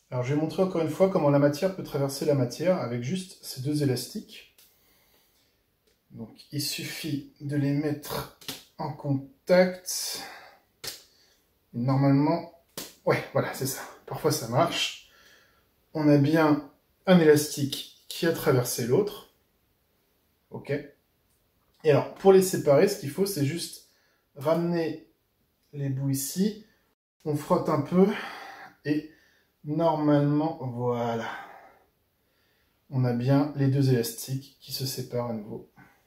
Alors je vais montrer encore une fois comment la matière peut traverser la matière avec juste ces deux élastiques. Donc il suffit de les mettre en contact. Et normalement, ouais, voilà, c'est ça. Parfois ça marche. On a bien un élastique qui a traversé l'autre. Ok. Et alors, pour les séparer, ce qu'il faut, c'est juste ramener les bouts ici. On frotte un peu et normalement, voilà. On a bien les deux élastiques qui se séparent à nouveau.